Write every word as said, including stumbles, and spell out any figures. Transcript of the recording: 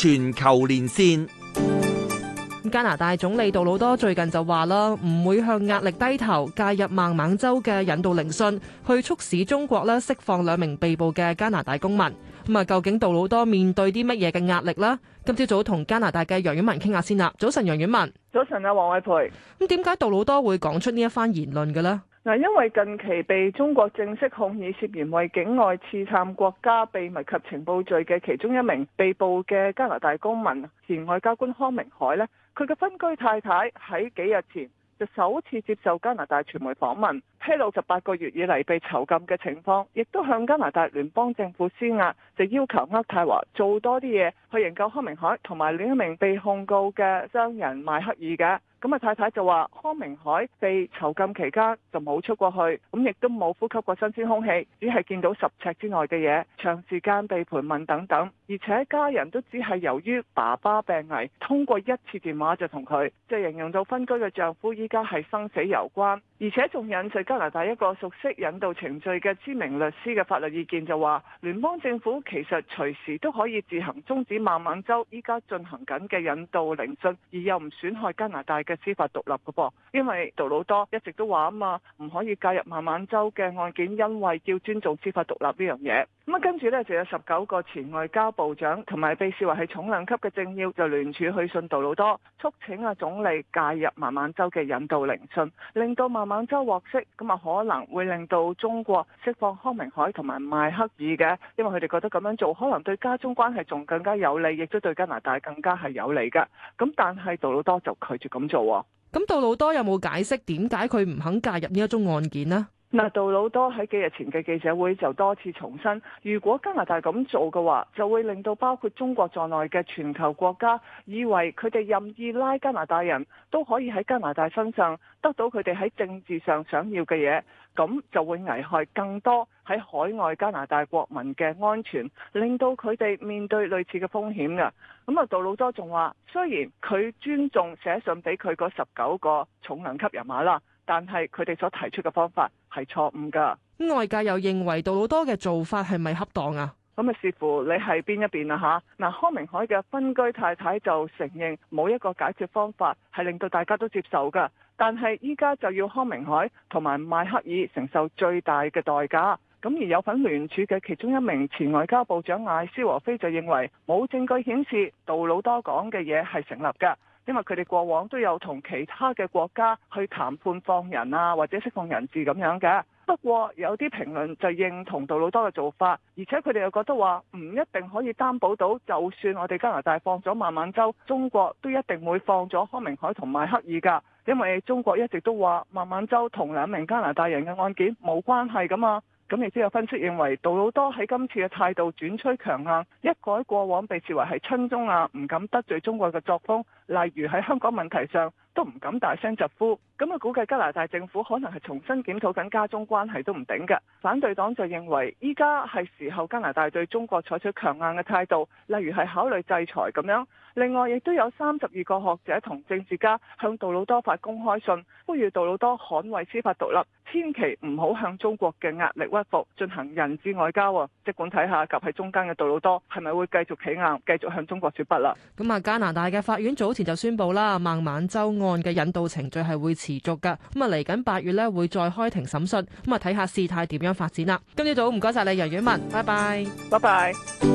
全球連線。 加拿大總理杜魯多最近就話啦，唔會向壓力低頭，介入孟晚舟嘅引渡聆訊，去促使中國咧釋放兩名被捕嘅加拿大公民。咁啊，究竟杜魯多面對啲乜嘢嘅壓力呢？今朝早同加拿大嘅楊婉文傾下先啦。早晨，楊婉文。 早晨啊，黃偉培。 咁點解杜魯多會講出呢一番言論嘅呢？ 嗱，因為近期被中國正式控以涉嫌為境外刺探國家秘密及情報罪嘅其中一名被捕嘅加拿大公民前外交官康明凱呢，佢嘅分居太太喺幾日前就首次接受加拿大傳媒訪問，披露十八個月以嚟被囚禁嘅情況，亦都向加拿大聯邦政府施壓，就要求渥太華做多啲嘢去營救康明凱同埋另一名被控告嘅商人邁克爾嘅。咁啊，太太就話康明凱被囚禁期間就冇出過去，咁亦都冇呼吸過新鮮空氣，只係見到十尺之外嘅嘢，長時間被盤問等等，而且家人都只係由於爸爸病危，通過一次電話就同佢即係形容到分居嘅丈夫依家係生死攸關，而且仲引述加拿大一個熟悉引渡程序嘅知名律師嘅法律意見就話，聯邦政府其實隨時都可以自行終止孟晚舟依家進行緊嘅引渡聆訊，而又唔損害加拿大嘅司法獨立嘅噃，因為杜魯多一直都話啊嘛，唔可以介入孟晚舟嘅案件，因為要尊重司法獨立呢樣嘢。咁啊，跟住呢，就有十九個前外交部長同埋被視為係重量級嘅政要就聯署去信杜魯多，促請啊總理介入孟晚舟嘅引渡聆訊，令到孟晚舟獲釋，咁啊可能會令到中國釋放康明凱同埋邁克爾嘅，因為佢哋覺得咁樣做可能對加中關係仲更加有利，亦都對加拿大更加係有利嘅。咁但係杜魯多就拒絕咁做。 咁杜魯多有冇解釋點解佢唔肯介入呢一宗案件呢？ 嗱，杜魯多喺幾日前嘅記者會就多次重申，如果加拿大咁做嘅話，就會令到包括中國在內嘅全球國家以為佢哋任意拉加拿大人都可以喺加拿大身上得到佢哋喺政治上想要嘅嘢，咁就會危害更多喺海外加拿大國民嘅安全，令到佢哋面對類似嘅風險㗎。咁啊，杜魯多仲話，雖然佢尊重寫信俾佢嗰十九個重量級人馬啦，但係佢哋所提出嘅方法係錯誤㗎。 外界又認為杜魯多嘅做法係咪恰當啊？ 咁啊，視乎你係邊一邊啦嚇。嗱，康明凱嘅分居太太就承認冇一個解決方法係令到大家都接受㗎，但係依家就要康明凱同埋邁克爾承受最大嘅代價。咁而有份聯署嘅其中一名前外交部長艾斯和菲就認為冇證據顯示杜魯多講嘅嘢係成立㗎。因為佢哋過往都有同其他嘅國家去談判放人啊，或者釋放人質咁樣嘅。不過有啲評論就認同杜魯多嘅做法，而且佢哋又覺得話唔一定可以擔保到，就算我哋加拿大放咗孟晚舟，中國都一定會放咗康明凱同邁克爾㗎。因為中國一直都話孟晚舟同兩名加拿大人嘅案件冇關係㗎嘛。咁亦都有分析認為，杜魯多喺今次嘅態度轉趨強硬，一改過往被視為係親中啊，唔敢得罪中國嘅作風，例如喺香港問題上都唔敢大聲疾呼。咁啊，估計加拿大政府可能係重新檢討緊加中關係都唔定嘅。反對黨就認為，依家係時候加拿大對中國採取強硬嘅態度，例如係考慮制裁咁樣。另外，亦都有三十二個學者同政治家向杜魯多發公開信，呼籲杜魯多捍衛司法獨立，千祈唔好向中國嘅壓力屈服，進行人質外交啊！即管睇下夾喺中間嘅杜魯多係咪會繼續企硬，繼續向中國說不啦？ 咁啊，加拿大嘅法院早前就宣布啦，孟晚舟案嘅引渡程序係會持續噶。咁啊，嚟緊八月咧會再開庭審訊，咁啊睇下事態點樣發展啦。今朝早唔該晒你，楊婉文，拜拜， 拜拜。